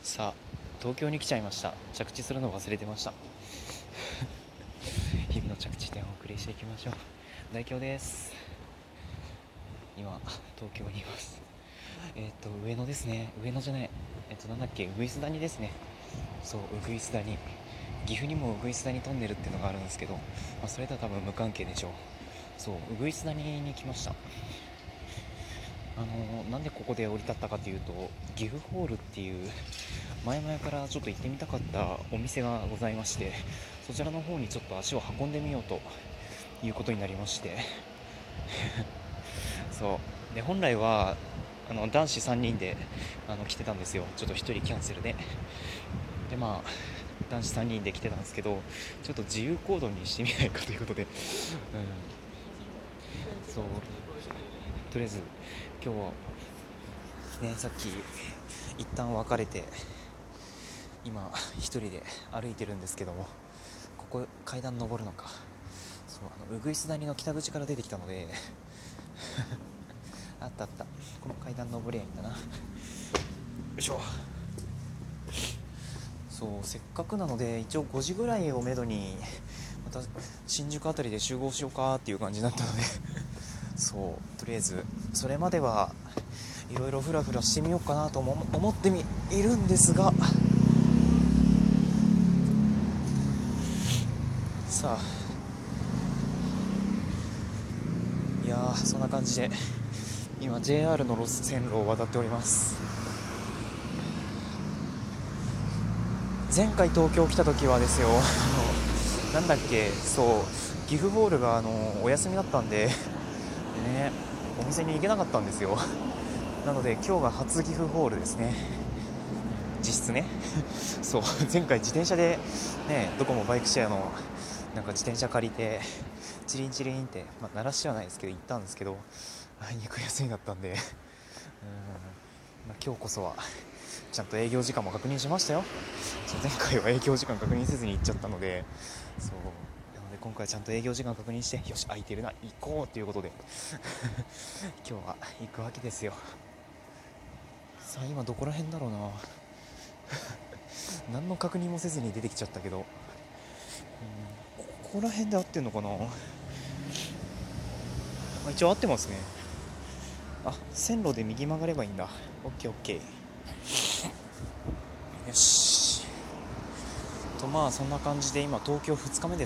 さあ、東京に来ちゃいました。着地するの忘れてました。日々の着地点をお送りしていきましょう。大京です。今東京にいます。上野ですね。上野じゃない、なんだっけ、ウグイス谷ですね。そう、ウグイス谷。岐阜にもウグイス谷トンネルっていうのがあるんですけど、それとは多分無関係でしょう。そう、ウグイス谷に来ました。なんでここで降り立ったかというと、岐阜ホールっていう前々からちょっと行ってみたかったお店がございまして、そちらの方にちょっと足を運んでみようということになりまして、そうで、本来は男子3人で来てたんですよ。ちょっと1人キャンセルで、男子3人で来てたんですけど、ちょっと自由行動にしてみないかということで、そう、とりあえず今日ね、さっき一旦別れて、今一人で歩いてるんですけども、ここ階段登るのか。そう、ウグイス谷の北口から出てきたのであったあった、この階段登りゃいいんだな。よいしょ。そう、せっかくなので一応5時ぐらいをめどにまた新宿あたりで集合しようかっていう感じになったのでそうとりあえずそれまではいろいろフラフラしてみようかなとも思っているんですが、さあ、いやー、そんな感じで今 JR の線路を渡っております。前回東京来た時はですよ、なんだっけ、そう岐阜ホールがお休みだったんで、ね、お店に行けなかったんですよ。なので今日が初岐阜ホールですね、実質ね。そう、前回自転車でね、どこもバイクシェアのなんか自転車借りてチリンチリンって、鳴らしてはないですけど行ったんですけど、あいにく休みだったんで、今日こそはちゃんと営業時間も確認しましたよ。前回は営業時間確認せずに行っちゃったので、そうなので今回はちゃんと営業時間確認して、よし空いてるな、行こうということで今日は行くわけですよ。さあ、今どこら辺だろうな。何の確認もせずに出てきちゃったけど、ここら辺で合ってんのかな。一応合ってますね。線路で右曲がればいいんだ。オッケーオッケー。よしと、そんな感じで今東京2日目です。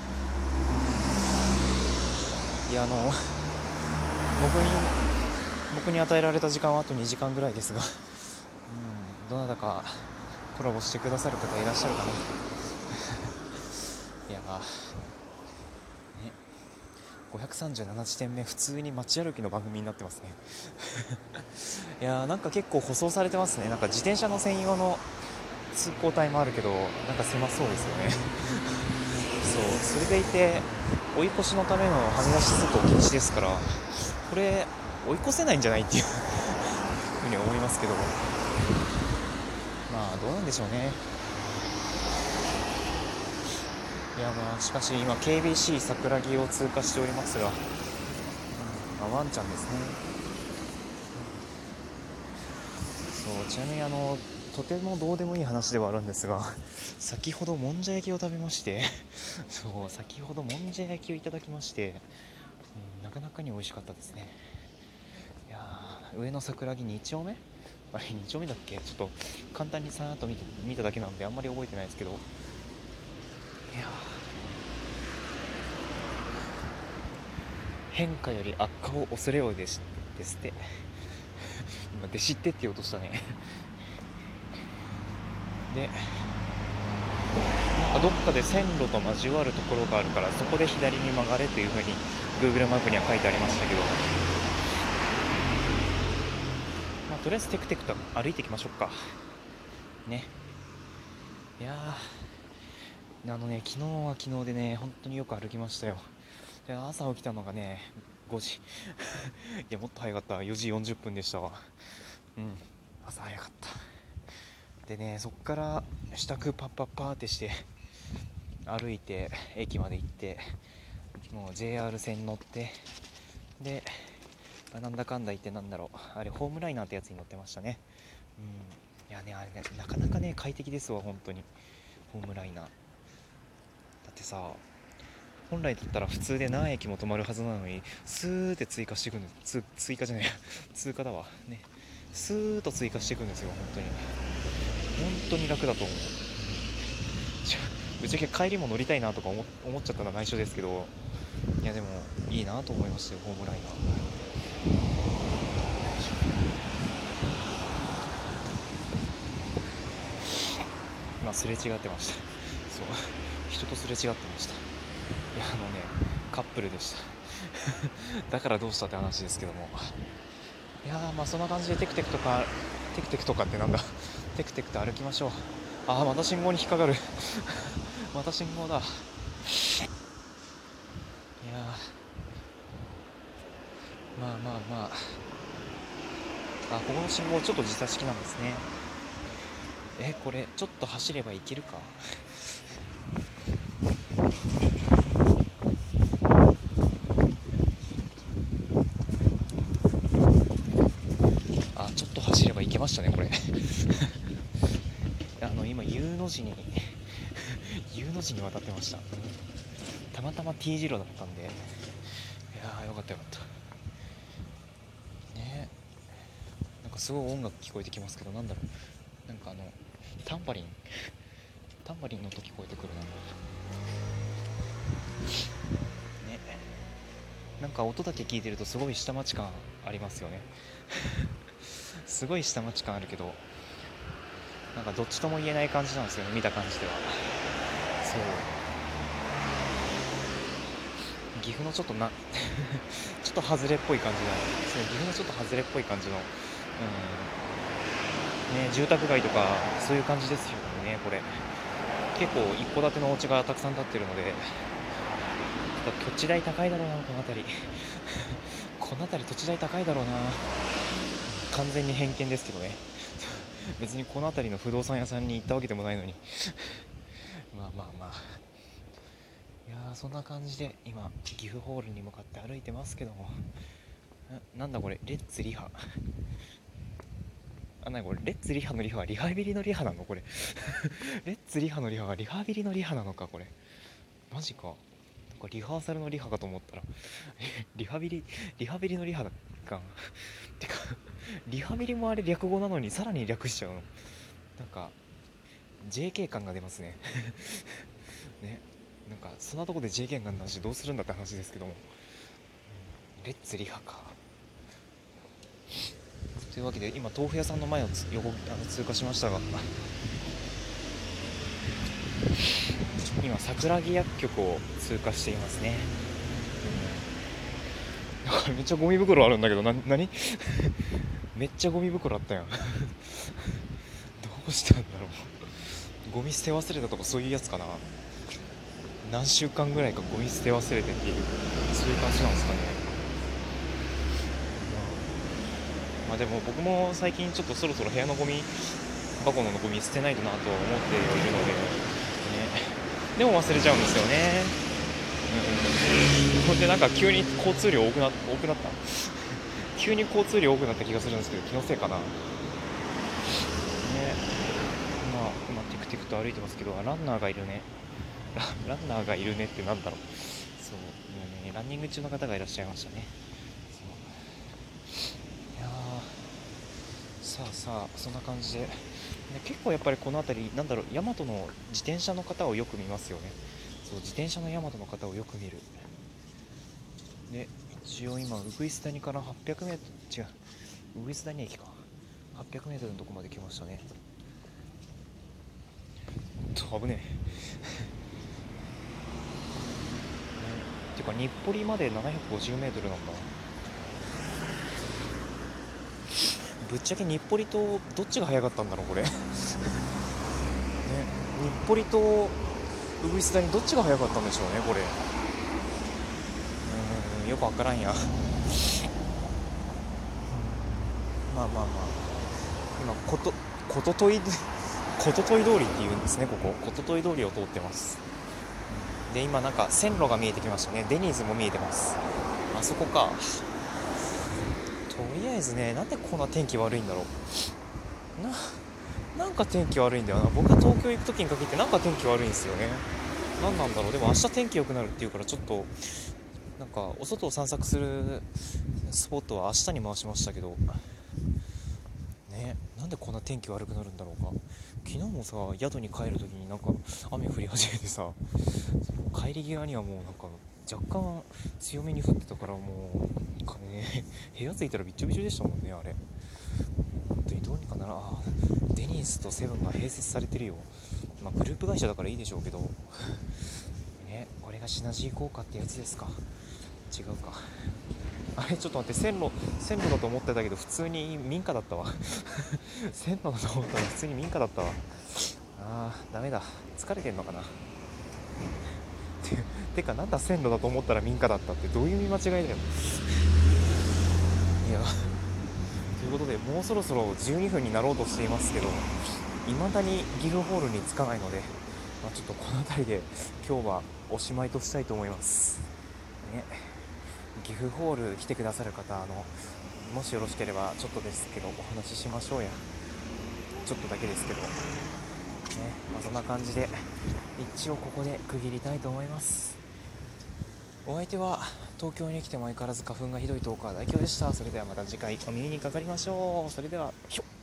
いや、僕に僕に与えられた時間はあと2時間ぐらいですが、どなたかコラボしてくださる方いらっしゃるかな。いやね、537地点目、普通に街歩きの番組になってますね。いやなんか結構舗装されてますね。なんか自転車の専用の通行帯もあるけど、なんか狭そうですよね。そう、それでいて追い越しのためのはみ出し通行禁止ですから、これ追い越せないんじゃないっていうふうに思いますけど、どうなんでしょうね。いやしかし今 KBC 桜木を通過しておりますが、ワンちゃんですね。そう、ちなみにとてもどうでもいい話ではあるんですが、先ほどもんじゃ焼きを食べましてそう先ほどもんじゃ焼きをいただきまして、なかなかに美味しかったですね。いや上野桜木2丁目、あれ2丁目だっけ、ちょっと簡単にさーっと見ただけなんであんまり覚えてないですけど、いや変化より悪化を恐れようですって今弟子って言おうとしたね。で、なんかどっかで線路と交わるところがあるから、そこで左に曲がれというふうに Google マップには書いてありましたけど、とりあえずテクテクと歩いていきましょうかね。いや昨日は昨日でね、本当によく歩きましたよ。で、朝起きたのがね5時いやもっと早かった、4時40分でしたわ。朝早かった。でね、そっから支度パッパッパーってして歩いて駅まで行って、もう JR 線乗って、で、なんだかんだ言って、なんだろう、あれホームライナーってやつに乗ってましたね。いややね、あれね、なかなかね快適ですわ本当に。ホームライナーだってさ、本来だったら普通で何駅も止まるはずなのにスーって追加していくんです。追加じゃない通過だわね。スーッと追加していくんですよ本当に楽だと思う。ぶっちゃけ帰りも乗りたいなとか思っちゃったのは内緒ですけど、いやでもいいなと思いましたよホームライナー。今すれ違ってました。そう、人とすれ違ってました。いやカップルでしただからどうしたって話ですけども、いやまあそんな感じでテクテクとかってなんだテクテクと歩きましょう。また信号に引っかかるまた信号だ。いやまあまあまあ、ここの信号ちょっと時差式なんですね。これちょっと走ればいけるか。ちょっと走ればいけましたねこれ今 U の字にU の字に渡ってました。たまたま T 字路だったんで、いやーよかったよかったね。なんかすごい音楽聞こえてきますけど、なんだろう、なんかタンバリンの音聞こえてくるなね。なんか音だけ聞いてるとすごい下町感ありますよねすごい下町感あるけど、なんかどっちとも言えない感じなんですよね、見た感じでは。そう岐阜のちょっとちょっと外れっぽい感じの、そう岐阜のちょっと外れっぽい感じの、住宅街とかそういう感じですよね。これ結構一戸建てのお家がたくさん建ってるので、土地代高いだろうなこの辺りこの辺り土地代高いだろうな。完全に偏見ですけどね別にこの辺りの不動産屋さんに行ったわけでもないのにまあまあまあ、いやそんな感じで今岐阜ホールに向かって歩いてますけども、なんだこれレッツリハなにこれレッツリハのリハはリハビリのリハなのこれレッツリハのリハはリハビリのリハなのかこれ。マジか。なんかリハーサルのリハかと思ったらリハビリのリハだかてかリハビリもあれ略語なのにさらに略しちゃうの、なんか JK 感が出ますねね、なんかそんなとこで JK 感出してどうするんだって話ですけども、レッツリハか。というわけで今豆腐屋さんの前を通過しましたが、今桜木薬局を通過していますね。めっちゃゴミ袋あるんだけど、何めっちゃゴミ袋あったやんどうしたんだろう、ゴミ捨て忘れたとかそういうやつかな。何週間ぐらいかゴミ捨て忘れてっていう、そういう感じなんですかね。まあでも僕も最近ちょっとそろそろ部屋のゴミ箱のゴミ捨てないとなと思っているので、ね、でも忘れちゃうんですよね。ほんでなんか急に交通量多くなった急に交通量多くなった気がするんですけど、気のせいかな。ね、まあ今テクテクと歩いてますけど、ランナーがいるねランナーがいるねってなんだろう。そう、ね、ランニング中の方がいらっしゃいましたね。いやさあそんな感じで、結構やっぱりこの辺りなんだろう、ヤマトの自転車の方をよく見ますよね。そう、自転車のヤマトの方をよく見る。で一応今ウグイス谷から800メートル、違う、ウグイス谷駅か、800メートルのとこまで来ましたね。危ねえてか日暮里まで750メートルなんだ。ぶっちゃけ日暮里とどっちが早かったんだろうこれね、日暮里とウグイス谷どっちが早かったんでしょうねこれ。よくわからんやまあまあまあ、今こととい通りっていうんですね、こここととい通りを通ってます。で今なんか線路が見えてきましたね。デニーズも見えてます。あそこか。とりあえずね、なんでこんな天気悪いんだろうな。 なんか天気悪いんだよな。僕が東京行く時に限ってなんか天気悪いんですよね。何なんだろう。でも明日天気良くなるっていうから、ちょっとなんかお外を散策するスポットは明日に回しましたけどね。なんでこんな天気悪くなるんだろうか。昨日もさ、宿に帰る時になんか雨降り始めてさ、帰り際にはもうなんか若干強めに降ってたから、もうなんかね、部屋着いたらびっちょびちょでしたもんね、あれ。本当にどうにかなら、デニーズとセブンが併設されてるよ。まあグループ会社だからいいでしょうけどね。これがシナジー効果ってやつですか。違うか。あれちょっと待って、線路だと思ってたけど普通に民家だったわ。線路だと思ったら普通に民家だったわ。ダメだ、疲れてんのかな。てかなんだ、線路だと思ったら民家だったってどういう見間違いだよ。いや、ということでもうそろそろ12分になろうとしていますけど、未だにギルホールに着かないので、ちょっとこの辺りで今日はおしまいとしたいと思いますね。岐阜ホール来てくださる方、もしよろしければちょっとですけどお話ししましょうや。ちょっとだけですけどね。そんな感じで一応ここで区切りたいと思います。お相手は東京に来ても相変わらず花粉がひどいトーカー大京でした。それではまた次回お耳にかかりましょう。それではひょっ。